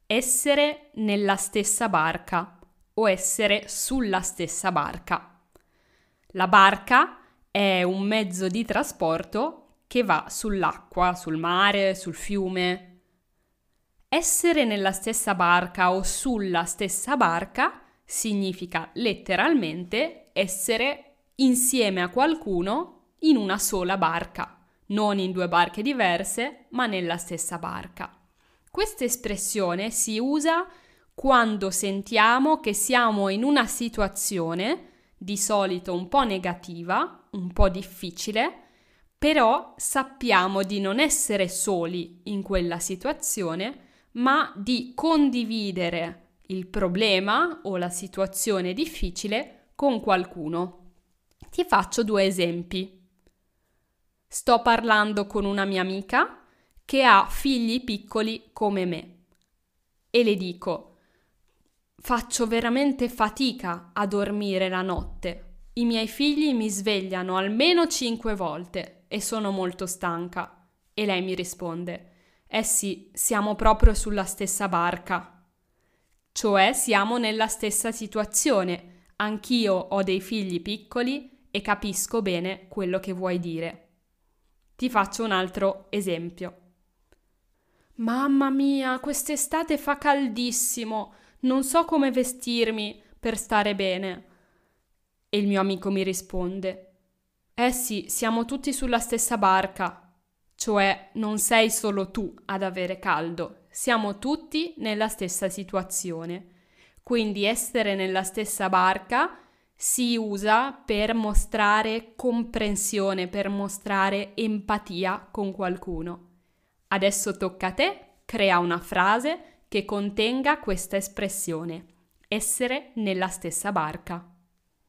essere nella stessa barca o essere sulla stessa barca. La barca è un mezzo di trasporto che va sull'acqua, sul mare, sul fiume. Essere nella stessa barca o sulla stessa barca significa letteralmente essere insieme a qualcuno in una sola barca, non in due barche diverse, ma nella stessa barca. Questa espressione si usa quando sentiamo che siamo in una situazione, di solito un po' negativa, un po' difficile, però sappiamo di non essere soli in quella situazione, ma di condividere il problema o la situazione difficile con qualcuno. Ti faccio 2 esempi. Sto parlando con una mia amica che ha figli piccoli come me e le dico: faccio veramente fatica a dormire la notte. I miei figli mi svegliano almeno 5 volte e sono molto stanca. E lei mi risponde: eh sì, siamo proprio sulla stessa barca. Cioè siamo nella stessa situazione. Anch'io ho dei figli piccoli e capisco bene quello che vuoi dire. Ti faccio un altro esempio. Mamma mia, quest'estate fa caldissimo, non so come vestirmi per stare bene. E il mio amico mi risponde: eh sì, siamo tutti sulla stessa barca, cioè non sei solo tu ad avere caldo, siamo tutti nella stessa situazione. Quindi essere nella stessa barca si usa per mostrare comprensione, per mostrare empatia con qualcuno. Adesso tocca a te, crea una frase che contenga questa espressione: essere nella stessa barca.